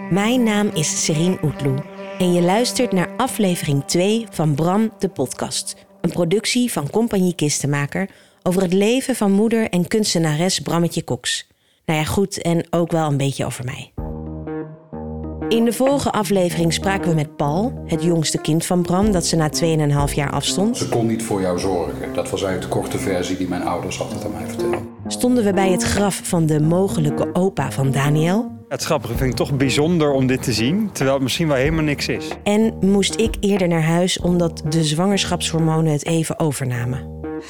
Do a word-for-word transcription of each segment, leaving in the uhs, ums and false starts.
Mijn naam is Serine Oetloe en je luistert naar aflevering twee van Bram de podcast. Een productie van Compagnie Kistenmaker over het leven van moeder en kunstenares Brammetje Cox. Nou ja, goed, en ook wel een beetje over mij. In de vorige aflevering spraken we met Paul, het jongste kind van Bram, dat ze na tweeënhalf jaar afstond. Ze kon niet voor jou zorgen. Dat was eigenlijk de korte versie die mijn ouders altijd aan mij vertelden. Stonden we bij het graf van de mogelijke opa van Daniel. Het grappige vind ik toch bijzonder om dit te zien, terwijl het misschien wel helemaal niks is. En moest ik eerder naar huis omdat de zwangerschapshormonen het even overnamen.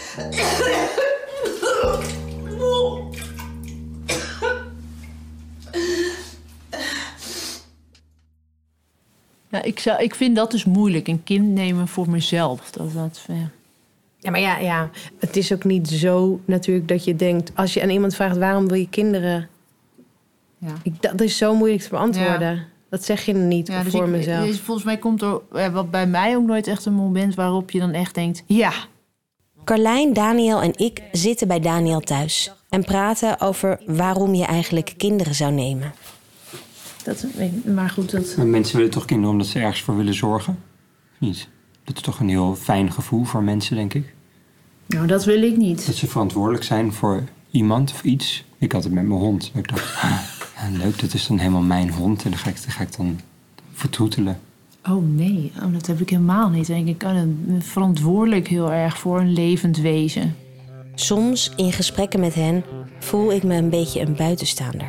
Ja, ik, zou, ik vind dat dus moeilijk, een kind nemen voor mezelf. Dat, dat, ja. Ja, maar ja, ja, het is ook niet zo natuurlijk dat je denkt... als je aan iemand vraagt waarom wil je kinderen... Ja. Ik, dat is zo moeilijk te beantwoorden. Ja. Dat zeg je niet ja, dus voor ik, mezelf. Dus volgens mij komt er ja, wat bij mij ook nooit echt een moment... waarop je dan echt denkt, ja. Carlijn, Daniel en ik zitten bij Daniel thuis... en praten over waarom je eigenlijk kinderen zou nemen. Dat, maar goed, dat... Maar mensen willen toch kinderen omdat ze ergens voor willen zorgen? Of niet? Dat is toch een heel fijn gevoel voor mensen, denk ik. Nou, dat wil ik niet. Dat ze verantwoordelijk zijn voor iemand of iets. Ik had het met mijn hond. Ik dacht, ah, leuk, dat is dan helemaal mijn hond. En dan ga ik, dan ga ik dan vertroetelen. Oh nee, oh, dat heb ik helemaal niet. Denk ik ben verantwoordelijk heel erg voor een levend wezen. Soms, in gesprekken met hen, voel ik me een beetje een buitenstaander.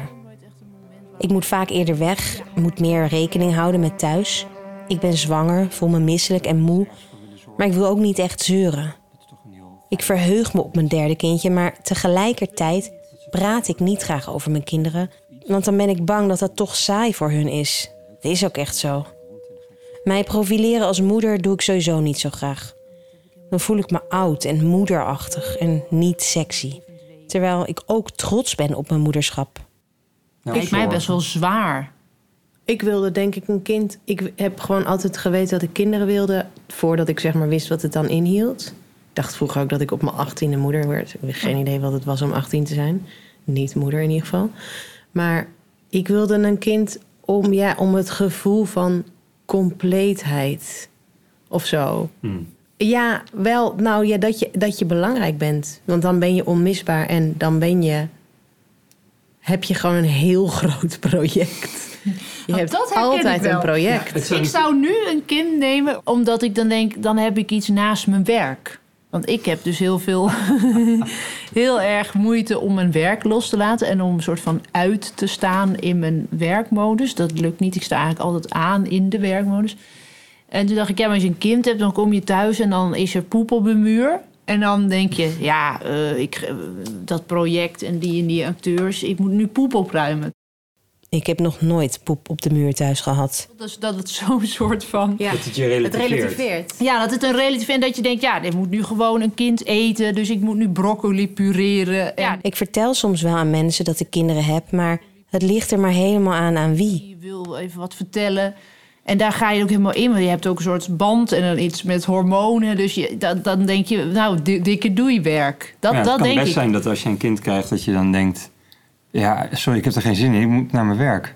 Ik moet vaak eerder weg, moet meer rekening houden met thuis. Ik ben zwanger, voel me misselijk en moe, maar ik wil ook niet echt zeuren. Ik verheug me op mijn derde kindje, maar tegelijkertijd praat ik niet graag over mijn kinderen, want dan ben ik bang dat dat toch saai voor hun is. Dat is ook echt zo. Mij profileren als moeder doe ik sowieso niet zo graag. Dan voel ik me oud en moederachtig en niet sexy. Terwijl ik ook trots ben op mijn moederschap. Nou, ik mij best wel zwaar. Ik wilde denk ik een kind... Ik heb gewoon altijd geweten dat ik kinderen wilde... voordat ik zeg maar wist wat het dan inhield. Ik dacht vroeger ook dat ik op mijn achttiende moeder werd. Ik heb geen idee wat het was om achttien te zijn. Niet moeder in ieder geval. Maar ik wilde een kind om, ja, om het gevoel van compleetheid of zo. Hmm. Ja, wel, nou ja, dat je, dat je belangrijk bent. Want dan ben je onmisbaar en dan ben je... heb je gewoon een heel groot project. Je hebt dat altijd een project. Ja, ik zou nu een kind nemen, omdat ik dan denk... dan heb ik iets naast mijn werk. Want ik heb dus heel veel... heel erg moeite om mijn werk los te laten... en om een soort van uit te staan in mijn werkmodus. Dat lukt niet. Ik sta eigenlijk altijd aan in de werkmodus. En toen dacht ik, ja, maar als je een kind hebt... dan kom je thuis en dan is er poep op de muur... En dan denk je, ja, uh, ik, uh, dat project en die en die acteurs... ik moet nu poep opruimen. Ik heb nog nooit poep op de muur thuis gehad. Dus dat het zo'n soort van... Ja, dat het je relativeert. Het relativeert. Ja, dat het een relativeert. En dat je denkt, ja, dit moet nu gewoon een kind eten... dus ik moet nu broccoli pureren. Ja. Ik vertel soms wel aan mensen dat ik kinderen heb... maar het ligt er maar helemaal aan aan wie. Je wil even wat vertellen... En daar ga je ook helemaal in, want je hebt ook een soort band en dan iets met hormonen. Dus je, dan, dan denk je, nou, dikke doeiwerk. Dat, ja, het dat kan denk best ik. zijn dat als je een kind krijgt, dat je dan denkt... ja, sorry, ik heb er geen zin in, ik moet naar mijn werk.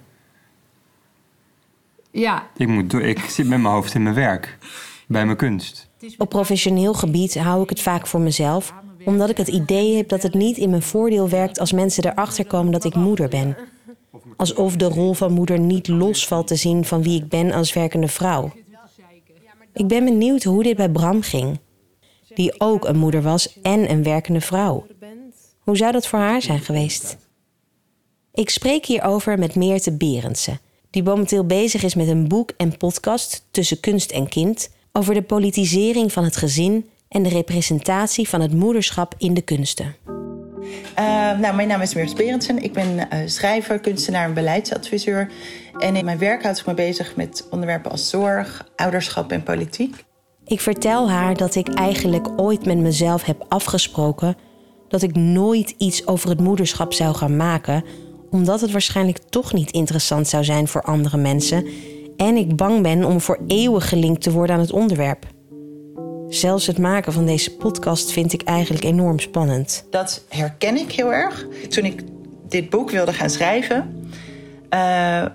Ja. Ik, moet door, ik zit met mijn hoofd in mijn werk, bij mijn kunst. Op professioneel gebied hou ik het vaak voor mezelf... omdat ik het idee heb dat het niet in mijn voordeel werkt... als mensen erachter komen dat ik moeder ben... Alsof de rol van moeder niet los valt te zien van wie ik ben als werkende vrouw. Ik ben benieuwd hoe dit bij Bram ging. Die ook een moeder was en een werkende vrouw. Hoe zou dat voor haar zijn geweest? Ik spreek hierover met Meerte Berendsen, die momenteel bezig is met een boek en podcast Tussen Kunst en Kind... over de politisering van het gezin en de representatie van het moederschap in de kunsten. Uh, nou, mijn naam is Meerte Berendsen. Ik ben uh, schrijver, kunstenaar en beleidsadviseur. En in mijn werk houd ik me bezig met onderwerpen als zorg, ouderschap en politiek. Ik vertel haar dat ik eigenlijk ooit met mezelf heb afgesproken... dat ik nooit iets over het moederschap zou gaan maken... omdat het waarschijnlijk toch niet interessant zou zijn voor andere mensen... en ik bang ben om voor eeuwig gelinkt te worden aan het onderwerp. Zelfs het maken van deze podcast vind ik eigenlijk enorm spannend. Dat herken ik heel erg. Toen ik dit boek wilde gaan schrijven... Uh,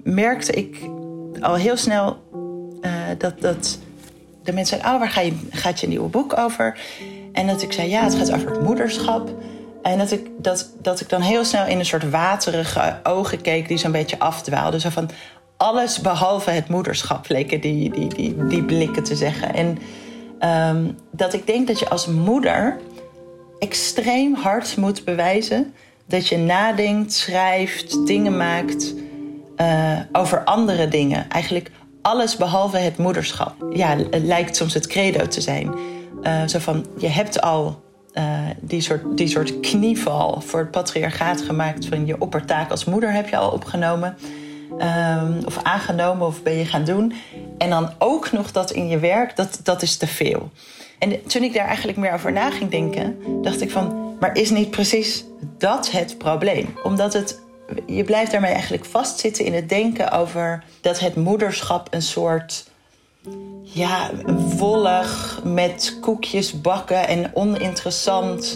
merkte ik al heel snel uh, dat, dat de mensen zeiden... oh, waar ga je, gaat je nieuwe boek over? En dat ik zei, ja, het gaat over het moederschap. En dat ik, dat, dat ik dan heel snel in een soort waterige ogen keek... die zo'n beetje afdwaalden. Zo van, alles behalve het moederschap leken die, die, die, die blikken te zeggen. En um, dat ik denk dat je als moeder extreem hard moet bewijzen... dat je nadenkt, schrijft, dingen maakt uh, over andere dingen. Eigenlijk alles behalve het moederschap. Ja, het lijkt soms het credo te zijn. Uh, zo van, je hebt al uh, die, soort, die soort knieval voor het patriarchaat gemaakt... van je oppertaak als moeder heb je al opgenomen... Um, of aangenomen of ben je gaan doen. En dan ook nog dat in je werk, dat, dat is te veel. En toen ik daar eigenlijk meer over na ging denken... dacht ik van, maar is niet precies dat het probleem? Omdat het, je blijft daarmee eigenlijk vastzitten in het denken over... dat het moederschap een soort... ja, wollig met koekjes bakken en oninteressant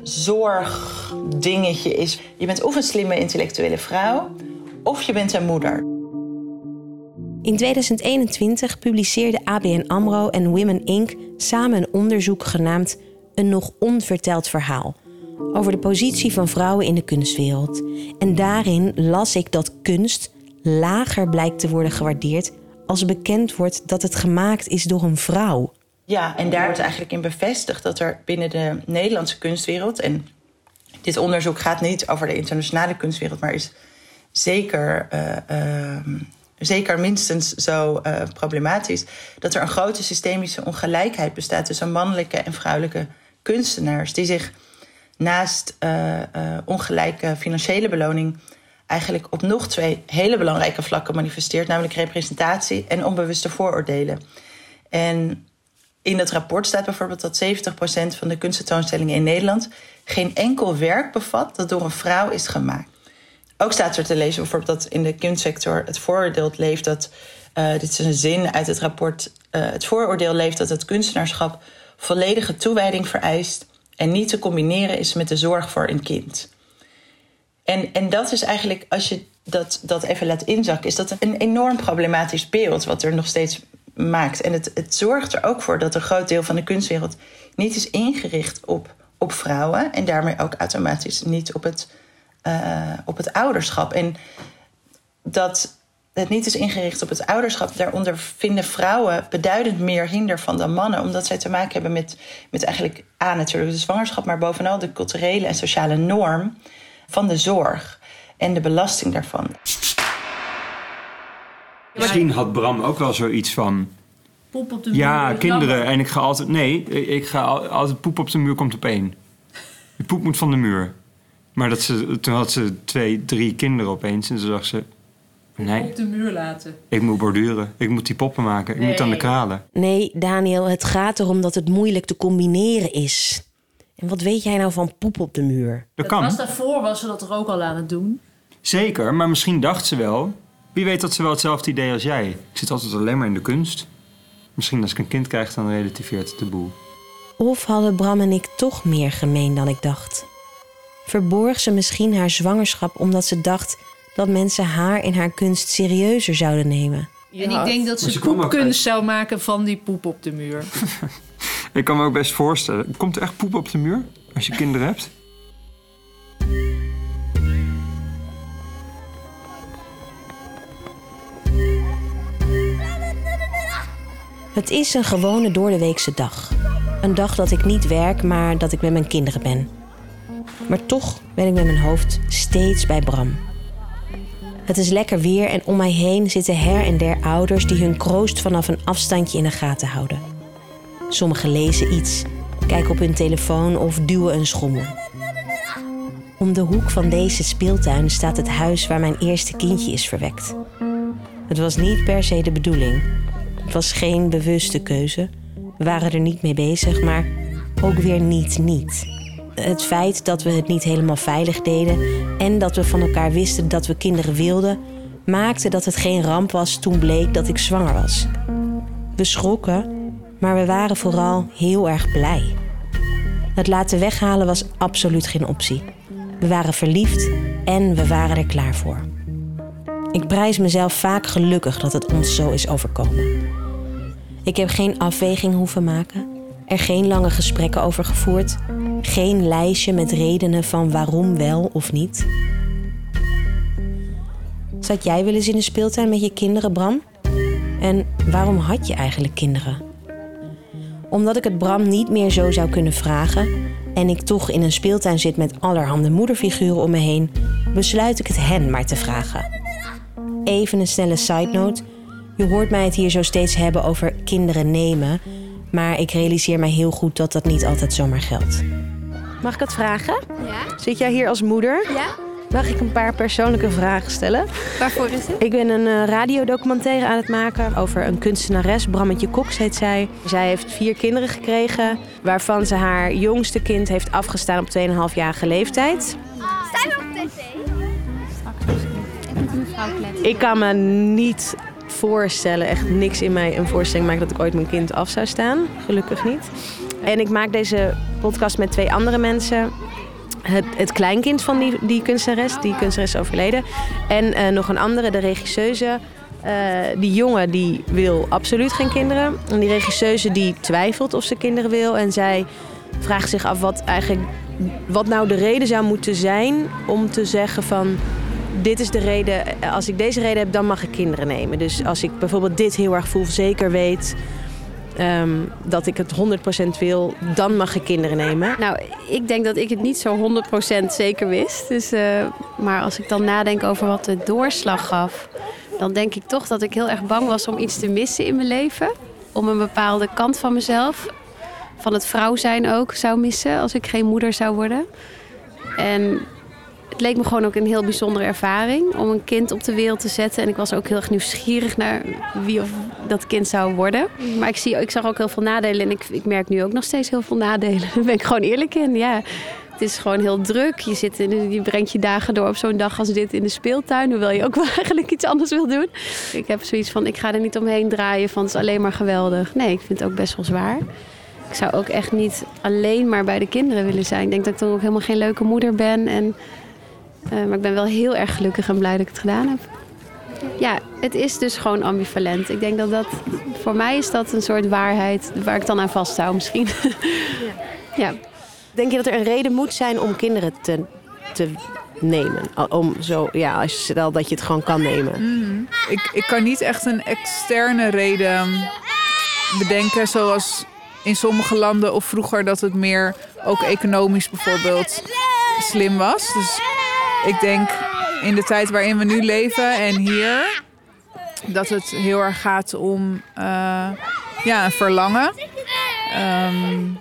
zorgdingetje is. Je bent of een slimme intellectuele vrouw... of je bent een moeder. In tweeduizend eenentwintig publiceerde A B N AMRO en Women incorporated samen een onderzoek genaamd Een nog onverteld verhaal... over de positie van vrouwen in de kunstwereld. En daarin las ik dat kunst lager blijkt te worden gewaardeerd... als bekend wordt dat het gemaakt is door een vrouw. Ja, en daar wordt eigenlijk in bevestigd dat er binnen de Nederlandse kunstwereld... en dit onderzoek gaat niet over de internationale kunstwereld... maar is zeker, uh, uh, zeker minstens zo uh, problematisch... dat er een grote systemische ongelijkheid bestaat... tussen mannelijke en vrouwelijke kunstenaars... die zich naast uh, uh, ongelijke financiële beloning... eigenlijk op nog twee hele belangrijke vlakken manifesteert... namelijk representatie en onbewuste vooroordelen. En in het rapport staat bijvoorbeeld dat zeventig procent van de kunsttentoonstellingen in Nederland... geen enkel werk bevat dat door een vrouw is gemaakt. Ook staat er te lezen bijvoorbeeld dat in de kunstsector het vooroordeel leeft... dat, uh, dit is een zin uit het rapport... Uh, het vooroordeel leeft dat het kunstenaarschap volledige toewijding vereist... en niet te combineren is met de zorg voor een kind. En, en dat is eigenlijk, als je dat, dat even laat inzakken... is dat een enorm problematisch beeld wat er nog steeds maakt. En het, het zorgt er ook voor dat een groot deel van de kunstwereld... niet is ingericht op, op vrouwen... en daarmee ook automatisch niet op het... Uh, op het ouderschap. En dat het niet is ingericht op het ouderschap... daaronder vinden vrouwen beduidend meer hinder van dan mannen... omdat zij te maken hebben met, met eigenlijk... A, natuurlijk de zwangerschap... maar bovenal de culturele en sociale norm van de zorg... en de belasting daarvan. Misschien had Bram ook wel zoiets van... Poep op de muur. Ja, kinderen. En ik ga altijd... Nee, ik ga altijd poep op de muur komt op één. De poep moet van de muur. Maar dat ze, toen had ze twee, drie kinderen opeens. En toen dacht ze... Nee, op de muur laten. Ik moet borduren. Ik moet die poppen maken. Ik nee. moet aan de kralen. Nee, Daniel, het gaat erom dat het moeilijk te combineren is. En wat weet jij nou van poep op de muur? Dat, dat kan. Was daarvoor was ze dat er ook al aan het doen? Zeker, maar misschien dacht ze wel... Wie weet dat ze wel hetzelfde idee als jij. Ik zit altijd alleen maar in de kunst. Misschien als ik een kind krijg, dan relativeert het de boel. Of hadden Bram en ik toch meer gemeen dan ik dacht? Verborg ze misschien haar zwangerschap omdat ze dacht... dat mensen haar en haar kunst serieuzer zouden nemen? En ik denk dat ze, ze poepkunst zou maken van die poep op de muur. Ik kan me ook best voorstellen. Komt er echt poep op de muur als je kinderen hebt? Het is een gewone doordeweekse dag. Een dag dat ik niet werk, maar dat ik met mijn kinderen ben. Maar toch ben ik met mijn hoofd steeds bij Bram. Het is lekker weer en om mij heen zitten her en der ouders... die hun kroost vanaf een afstandje in de gaten houden. Sommigen lezen iets, kijken op hun telefoon of duwen een schommel. Om de hoek van deze speeltuin staat het huis waar mijn eerste kindje is verwekt. Het was niet per se de bedoeling. Het was geen bewuste keuze. We waren er niet mee bezig, maar ook weer niet niet. Het feit dat we het niet helemaal veilig deden... en dat we van elkaar wisten dat we kinderen wilden... maakte dat het geen ramp was toen bleek dat ik zwanger was. We schrokken, maar we waren vooral heel erg blij. Het laten weghalen was absoluut geen optie. We waren verliefd en we waren er klaar voor. Ik prijs mezelf vaak gelukkig dat het ons zo is overkomen. Ik heb geen afweging hoeven maken, er geen lange gesprekken over gevoerd, geen lijstje met redenen van waarom wel of niet. Zat jij wel eens in de speeltuin met je kinderen, Bram? En waarom had je eigenlijk kinderen? Omdat ik het Bram niet meer zo zou kunnen vragen en ik toch in een speeltuin zit met allerhande moederfiguren om me heen, besluit ik het hen maar te vragen. Even een snelle side note. Je hoort mij het hier zo steeds hebben over kinderen nemen, maar ik realiseer mij heel goed dat dat niet altijd zomaar geldt. Mag ik het vragen? Ja? Zit jij hier als moeder? Ja? Mag ik een paar persoonlijke vragen stellen? Waarvoor is het? Ik ben een uh, radiodocumentaire aan het maken over een kunstenares. Brammetje Cox heet zij. Zij heeft vier kinderen gekregen, waarvan ze haar jongste kind heeft afgestaan op twee komma vijf jarige leeftijd. Zijn we op tv? Straks. Ik moet een mevrouw kletsen. Ik kan me niet voorstellen, echt niks in mij een voorstelling maken dat ik ooit mijn kind af zou staan. Gelukkig niet. En ik maak deze podcast met twee andere mensen. Het, het kleinkind van die, die kunstenares, die kunstenares is overleden. En uh, nog een andere, de regisseuse. Uh, die jongen die wil absoluut geen kinderen. En die regisseuse die twijfelt of ze kinderen wil. En zij vraagt zich af wat, eigenlijk, wat nou de reden zou moeten zijn om te zeggen van... Dit is de reden, als ik deze reden heb, dan mag ik kinderen nemen. Dus als ik bijvoorbeeld dit heel erg voel, zeker weet... Um, dat ik het honderd procent wil, dan mag ik kinderen nemen. Nou, ik denk dat ik het niet zo honderd procent zeker wist. Dus, uh, maar als ik dan nadenk over wat de doorslag gaf... dan denk ik toch dat ik heel erg bang was om iets te missen in mijn leven. Om een bepaalde kant van mezelf, van het vrouw zijn ook, zou missen... als ik geen moeder zou worden. En het leek me gewoon ook een heel bijzondere ervaring... om een kind op de wereld te zetten. En ik was ook heel erg nieuwsgierig naar wie of dat kind zou worden. Maar ik, zie, ik zag ook heel veel nadelen. En ik, ik merk nu ook nog steeds heel veel nadelen. Daar ben ik gewoon eerlijk in, ja. Het is gewoon heel druk. Je, zit in, je brengt je dagen door op zo'n dag als dit in de speeltuin. Hoewel je ook wel eigenlijk iets anders wil doen. Ik heb zoiets van, ik ga er niet omheen draaien van het is alleen maar geweldig. Nee, ik vind het ook best wel zwaar. Ik zou ook echt niet alleen maar bij de kinderen willen zijn. Ik denk dat ik dan ook helemaal geen leuke moeder ben. En, uh, maar ik ben wel heel erg gelukkig en blij dat ik het gedaan heb. Ja, het is dus gewoon ambivalent. Ik denk dat dat, voor mij is dat een soort waarheid waar ik dan aan vasthoud misschien. Ja. Denk je dat er een reden moet zijn om kinderen te, te nemen? Om zo, ja, als je stel dat je het gewoon kan nemen. Mm. Ik, ik kan niet echt een externe reden bedenken, zoals in sommige landen of vroeger dat het meer ook economisch bijvoorbeeld slim was. Dus ik denk in de tijd waarin we nu leven en hier, dat het heel erg gaat om uh, ja, een verlangen. Um,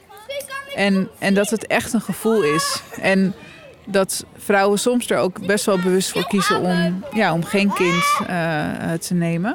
en, en dat het echt een gevoel is. En dat vrouwen soms er ook best wel bewust voor kiezen om, ja, om geen kind uh, te nemen.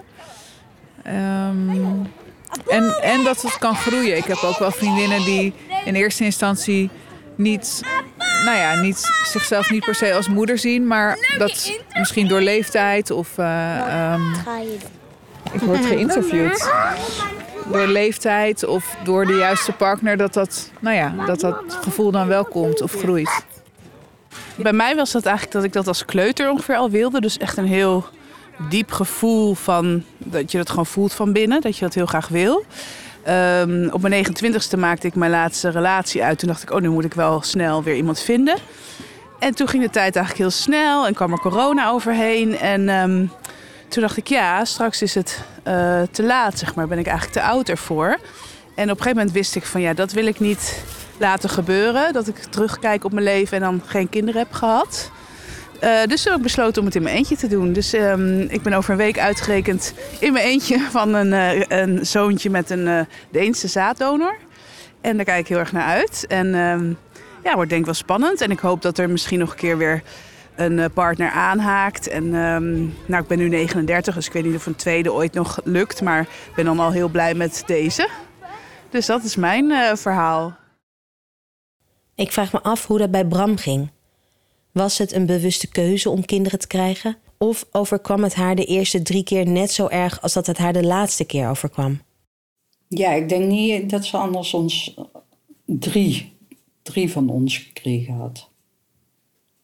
Um, en, en dat het kan groeien. Ik heb ook wel vriendinnen die in eerste instantie niet, nou ja, niet, zichzelf niet per se als moeder zien, maar dat misschien door leeftijd of uh, um, ik word geïnterviewd. Door leeftijd of door de juiste partner, dat dat, nou ja, dat dat gevoel dan wel komt of groeit. Bij mij was dat eigenlijk dat ik dat als kleuter ongeveer al wilde. Dus echt een heel diep gevoel van dat je dat gewoon voelt van binnen, dat je dat heel graag wil. Um, op mijn negenentwintigste maakte ik mijn laatste relatie uit. Toen dacht ik, oh, nu moet ik wel snel weer iemand vinden. En toen ging de tijd eigenlijk heel snel en kwam er corona overheen. En um, toen dacht ik, ja, straks is het uh, te laat, zeg maar. Ben ik eigenlijk te oud ervoor. En op een gegeven moment wist ik van, ja, dat wil ik niet laten gebeuren. Dat ik terugkijk op mijn leven en dan geen kinderen heb gehad. Uh, dus toen heb ik besloten om het in mijn eentje te doen. Dus um, ik ben over een week uitgerekend in mijn eentje van een, uh, een zoontje met een uh, Deense zaaddonor. En daar kijk ik heel erg naar uit. En um, ja, wordt denk ik wel spannend. En ik hoop dat er misschien nog een keer weer een uh, partner aanhaakt. En um, nou, ik ben nu negenendertig, dus ik weet niet of een tweede ooit nog lukt. Maar ik ben dan al heel blij met deze. Dus dat is mijn uh, verhaal. Ik vraag me af hoe dat bij Bram ging. Was het een bewuste keuze om kinderen te krijgen? Of overkwam het haar de eerste drie keer net zo erg als dat het haar de laatste keer overkwam? Ja, ik denk niet dat ze anders ons drie, drie van ons gekregen had.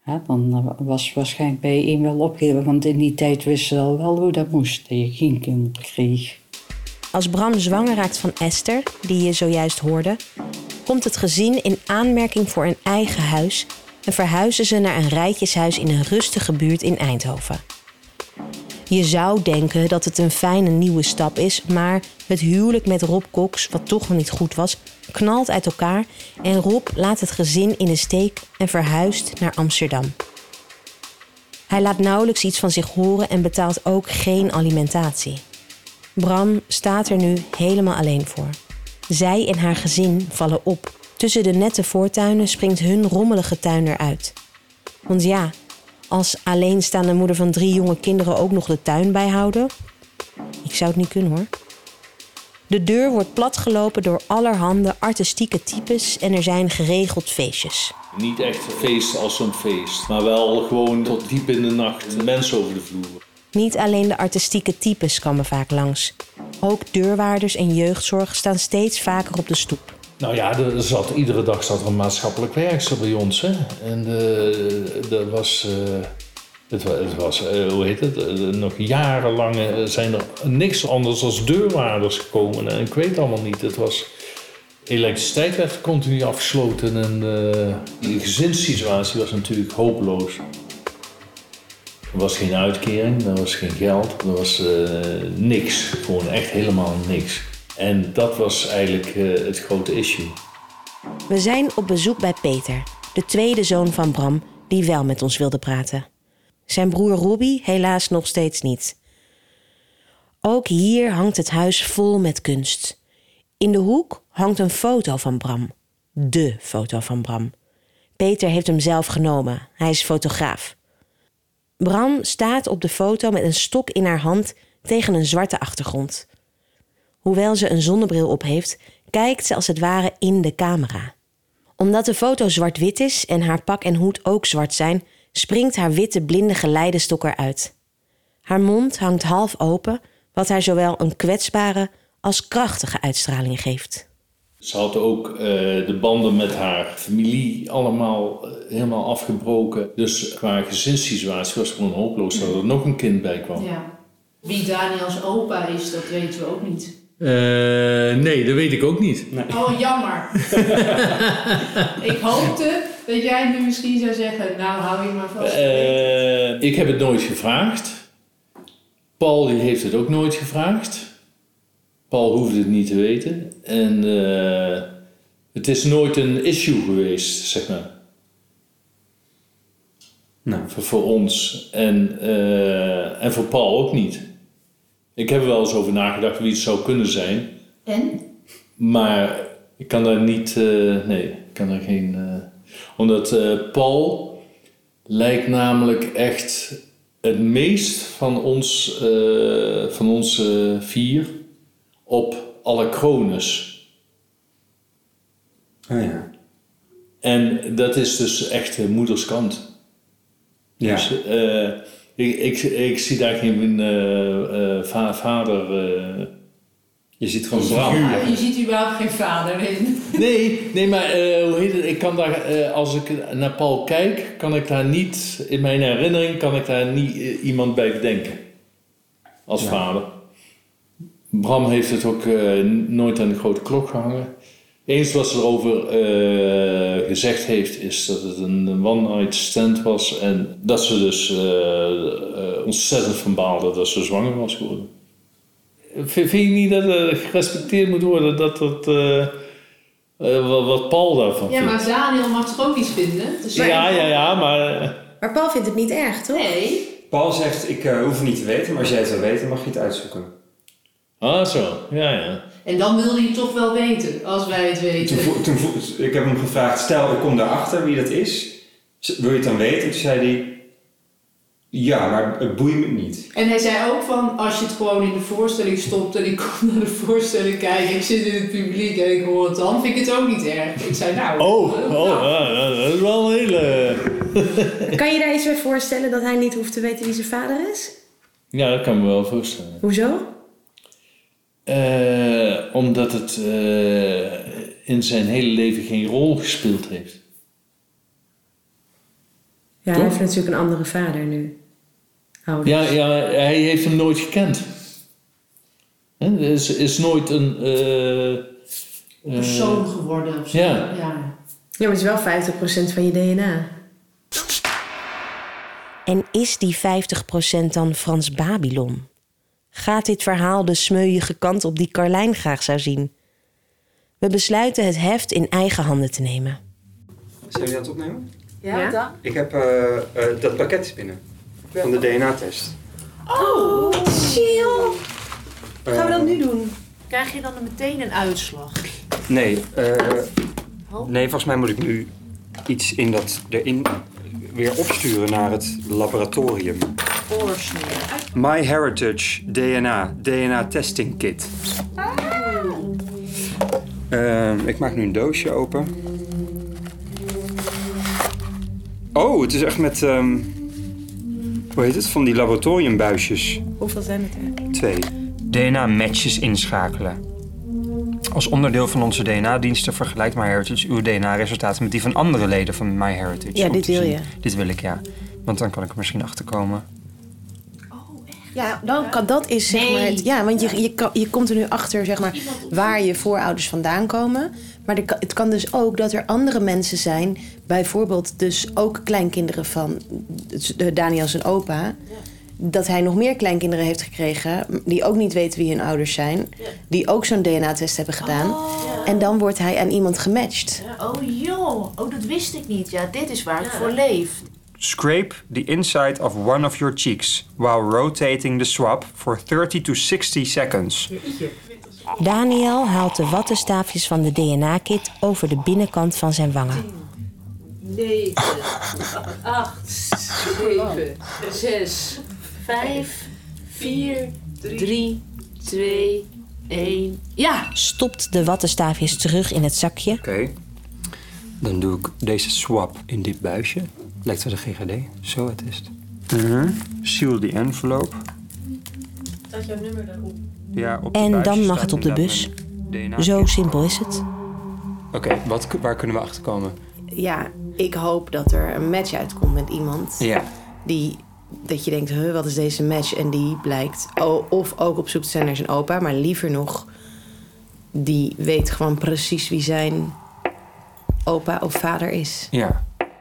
Ja, dan was waarschijnlijk bij een wel opgegeven. Want in die tijd wisten ze al wel hoe dat moest. Dat je geen kinderen kreeg. Als Bram zwanger raakt van Esther, die je zojuist hoorde, komt het gezin in aanmerking voor een eigen huis en verhuizen ze naar een rijtjeshuis in een rustige buurt in Eindhoven. Je zou denken dat het een fijne nieuwe stap is, maar het huwelijk met Rob Cox, wat toch nog niet goed was, knalt uit elkaar en Rob laat het gezin in de steek en verhuist naar Amsterdam. Hij laat nauwelijks iets van zich horen en betaalt ook geen alimentatie. Bram staat er nu helemaal alleen voor. Zij en haar gezin vallen op. Tussen de nette voortuinen springt hun rommelige tuin eruit. Want ja, als alleenstaande moeder van drie jonge kinderen ook nog de tuin bijhouden? Ik zou het niet kunnen hoor. De deur wordt platgelopen door allerhande artistieke types en er zijn geregeld feestjes. Niet echt een feest als een feest, maar wel gewoon tot diep in de nacht mensen over de vloer. Niet alleen de artistieke types komen vaak langs. Ook deurwaarders en jeugdzorg staan steeds vaker op de stoep. Nou ja, er zat, iedere dag zat er een maatschappelijk werkster bij ons. Hè? En uh, dat was, uh, het, het was uh, hoe heet het, uh, nog jarenlang uh, zijn er niks anders dan deurwaarders gekomen. En ik weet allemaal niet, het was... Elektriciteit werd continu afgesloten en uh, die gezinssituatie was natuurlijk hopeloos. Er was geen uitkering, er was geen geld, er was uh, niks. Gewoon echt helemaal niks. En dat was eigenlijk uh, het grote issue. We zijn op bezoek bij Peter, de tweede zoon van Bram, die wel met ons wilde praten. Zijn broer Robbie helaas nog steeds niet. Ook hier hangt het huis vol met kunst. In de hoek hangt een foto van Bram. De foto van Bram. Peter heeft hem zelf genomen. Hij is fotograaf. Bram staat op de foto met een stok in haar hand tegen een zwarte achtergrond. Hoewel ze een zonnebril op heeft, kijkt ze als het ware in de camera. Omdat de foto zwart-wit is en haar pak en hoed ook zwart zijn, springt haar witte blinde geleidestok eruit. Haar mond hangt half open, wat haar zowel een kwetsbare als krachtige uitstraling geeft. Ze had ook uh, de banden met haar familie allemaal uh, helemaal afgebroken. Dus qua gezinssituatie was het gewoon hopeloos dat er nog een kind bij kwam. Ja. Wie Daniels opa is, dat weten we ook niet. Uh, nee, dat weet ik ook niet. Nee. Oh, jammer. Ik hoopte dat jij nu misschien zou zeggen, nou hou je maar vast. Uh, ik heb het nooit gevraagd. Paul die heeft het ook nooit gevraagd. Paul hoefde het niet te weten. En uh, het is nooit een issue geweest, zeg maar. Nou. Voor, voor ons. En, uh, en voor Paul ook niet. Ik heb er wel eens over nagedacht wie het zou kunnen zijn. En? Maar ik kan daar niet... Uh, nee, ik kan daar geen... Uh, omdat uh, Paul lijkt namelijk echt het meest van ons, uh, van ons uh, vier op alle Krones. Oh ja. En dat is dus echt uh, moederskant. Ja. Dus uh, ik, ik, ik zie daar geen uh, uh, va- vader... Uh, je ziet gewoon Bram. Ja, je ziet überhaupt geen vader in. Nee, nee maar uh, hoe heet het? Ik kan daar, uh, als ik naar Paul kijk, kan ik daar niet, in mijn herinnering, kan ik daar niet uh, iemand bij bedenken. Als ja. vader. Bram heeft het ook uh, nooit aan de grote klok gehangen. Eens wat ze erover uh, gezegd heeft, is dat het een one-night stand was. En dat ze dus uh, uh, ontzettend van baalde dat ze zwanger was geworden. Vind je niet dat er gerespecteerd moet worden dat dat, uh, uh, wat, wat Paul daarvan ja, vindt? Ja, maar Daniel mag het ook iets vinden. Dus ja, ja, ja, maar... Uh, maar Paul vindt het niet erg, toch? Nee. Paul zegt, ik uh, hoef het niet te weten, maar als jij het wil weten, mag je het uitzoeken. Ah, zo. Ja, ja. En dan wil hij het toch wel weten, als wij het weten. Toen, toen, ik heb hem gevraagd, stel ik kom daarachter wie dat is. Wil je het dan weten? Toen zei hij, ja, maar het boeit me niet. En hij zei ook van, als je het gewoon in de voorstelling stopt en ik kom naar de voorstelling kijken, ik zit in het publiek en ik hoor het dan, vind ik het ook niet erg. Ik zei nou... Oh, oh ja, dat is wel een hele... Kan je daar iets bij voorstellen dat hij niet hoeft te weten wie zijn vader is? Ja, dat kan ik me wel voorstellen. Hoezo? Uh, omdat het uh, in zijn hele leven geen rol gespeeld heeft. Ja, hij heeft natuurlijk een andere vader nu. Ouders. Ja, ja, hij heeft hem nooit gekend. Hè, er is, is nooit een... Uh, uh, persoon geworden of zo. Ja. Ja. Ja, maar het is wel vijftig procent van je D N A. En is die vijftig procent dan Frans Babylon? Gaat dit verhaal de smeuïge kant op die Carlijn graag zou zien? We besluiten het heft in eigen handen te nemen. Zijn jullie aan het opnemen? Ja, wat dan? Ik heb uh, uh, dat pakket binnen. Van de D N A-test. Oh, chill. Wat gaan we dan nu doen? Krijg je dan meteen een uitslag? Nee, uh, nee, volgens mij moet ik nu iets in dat erin weer opsturen naar het laboratorium. Oorsnee. MyHeritage D N A, D N A testing kit. Uh, ik maak nu een doosje open. Oh, het is echt met, um, hoe heet het, van die laboratoriumbuisjes. Hoeveel zijn het er? Twee. D N A-matches inschakelen. Als onderdeel van onze D N A-diensten vergelijkt MyHeritage uw D N A-resultaten met die van andere leden van MyHeritage. Ja, dit wil je. Dit wil ik, ja. Want dan kan ik er misschien achter komen. Ja, dan kan dat is zeg maar het, ja, want je, je, kan, je komt er nu achter zeg maar waar je voorouders vandaan komen. Maar de, het kan dus ook dat er andere mensen zijn, bijvoorbeeld dus ook kleinkinderen van de Daniel zijn opa, dat hij nog meer kleinkinderen heeft gekregen die ook niet weten wie hun ouders zijn, die ook zo'n D N A-test hebben gedaan. Oh, ja. En dan wordt hij aan iemand gematcht. Oh joh, oh, dat wist ik niet. Ja, dit is waar ik voor leef. Scrape the inside of one of your cheeks while rotating the swab for thirty to sixty seconds. Daniel haalt de wattenstaafjes van de D N A-kit over de binnenkant van zijn wangen. negen, acht, zeven, zes, vijf, vier, drie, twee, één. Ja! Stopt de wattenstaafjes terug in het zakje. Oké. Okay. Dan doe ik deze swab in dit buisje. Lijkt wel de G G D. Zo het is het. Uh-huh. Seal the envelope. Staat jouw nummer daarop? Ja, op de en dan mag staat het op de bus. Zo simpel is het. Oké, okay, wat waar kunnen we achter komen? Ja, ik hoop dat er een match uitkomt met iemand. Ja. Die, dat je denkt, huh, wat is deze match? En die blijkt, oh, of ook op zoek te zijn naar zijn opa. Maar liever nog, die weet gewoon precies wie zijn opa of vader is. Ja.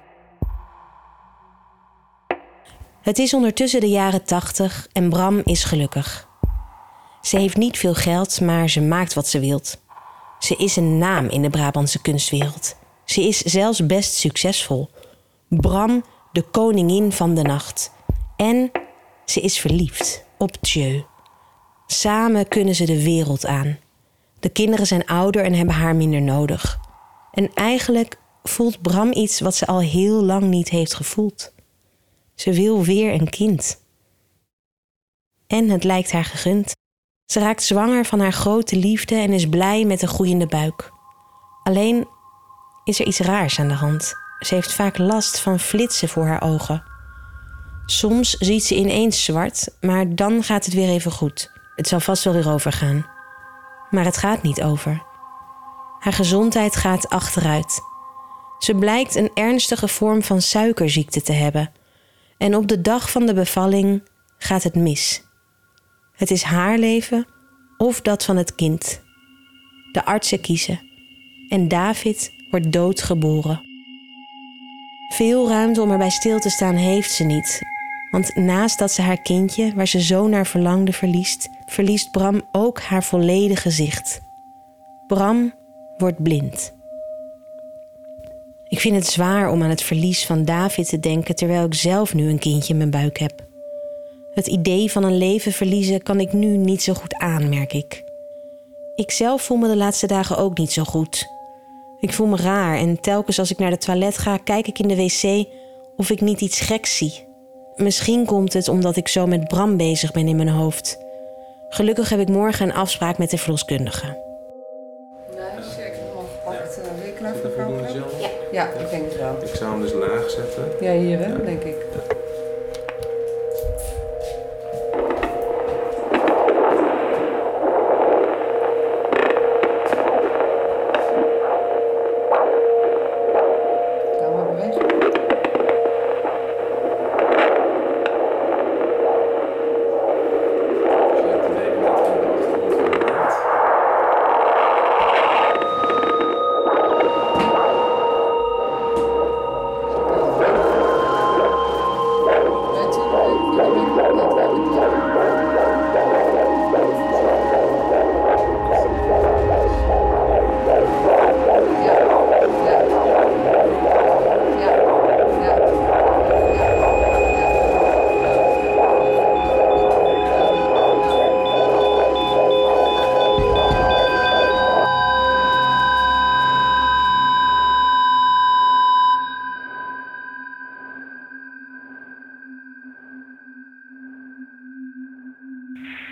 Het is ondertussen de jaren tachtig en Bram is gelukkig. Ze heeft niet veel geld, maar ze maakt wat ze wilt. Ze is een naam in de Brabantse kunstwereld. Ze is zelfs best succesvol. Bram, de koningin van de nacht. En ze is verliefd op Thieu. Samen kunnen ze de wereld aan. De kinderen zijn ouder en hebben haar minder nodig. En eigenlijk voelt Bram iets wat ze al heel lang niet heeft gevoeld. Ze wil weer een kind. En het lijkt haar gegund. Ze raakt zwanger van haar grote liefde en is blij met een groeiende buik. Alleen is er iets raars aan de hand. Ze heeft vaak last van flitsen voor haar ogen. Soms ziet ze ineens zwart, maar dan gaat het weer even goed. Het zal vast wel weer overgaan. Maar het gaat niet over. Haar gezondheid gaat achteruit. Ze blijkt een ernstige vorm van suikerziekte te hebben. En op de dag van de bevalling gaat het mis. Het is haar leven of dat van het kind. De artsen kiezen. En David wordt doodgeboren. Veel ruimte om erbij stil te staan heeft ze niet. Want naast dat ze haar kindje, waar ze zo naar verlangde, verliest, verliest Bram ook haar volledige zicht. Bram wordt blind. Ik vind het zwaar om aan het verlies van David te denken terwijl ik zelf nu een kindje in mijn buik heb. Het idee van een leven verliezen kan ik nu niet zo goed aan, merk ik. Ik zelf voel me de laatste dagen ook niet zo goed. Ik voel me raar en telkens als ik naar de toilet ga, kijk ik in de wc of ik niet iets geks zie. Misschien komt het omdat ik zo met Bram bezig ben in mijn hoofd. Gelukkig heb ik morgen een afspraak met de verloskundige. Nee, check hem al gepakt. Ben je klaar voor vrouwen? Ja. Ja, ik denk het wel. Ik zou hem dus laag zetten. Ja, hier hè, denk ik.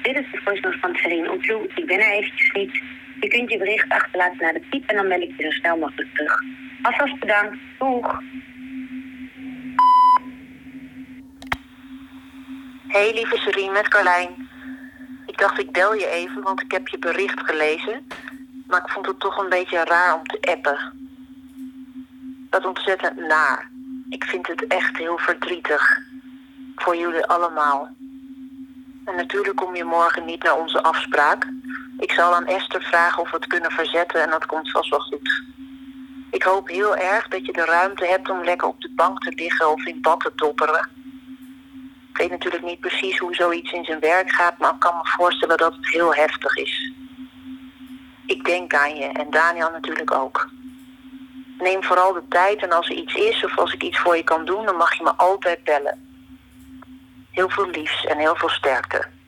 Dit is de voicemail van Serene Ontroe. Ik ben er eventjes niet. Je kunt je bericht achterlaten naar de piep en dan bel ik je zo snel mogelijk terug. Alvast bedankt. Doeg. Hey lieve Serene, met Carlijn. Ik dacht ik bel je even, want ik heb je bericht gelezen. Maar ik vond het toch een beetje raar om te appen. Dat ontzettend naar. Ik vind het echt heel verdrietig. Voor jullie allemaal. En natuurlijk kom je morgen niet naar onze afspraak. Ik zal aan Esther vragen of we het kunnen verzetten en dat komt vast wel goed. Ik hoop heel erg dat je de ruimte hebt om lekker op de bank te liggen of in bad te dobberen. Ik weet natuurlijk niet precies hoe zoiets in zijn werk gaat, maar ik kan me voorstellen dat het heel heftig is. Ik denk aan je en Daniel natuurlijk ook. Neem vooral de tijd en als er iets is of als ik iets voor je kan doen, dan mag je me altijd bellen. Heel veel liefs en heel veel sterkte.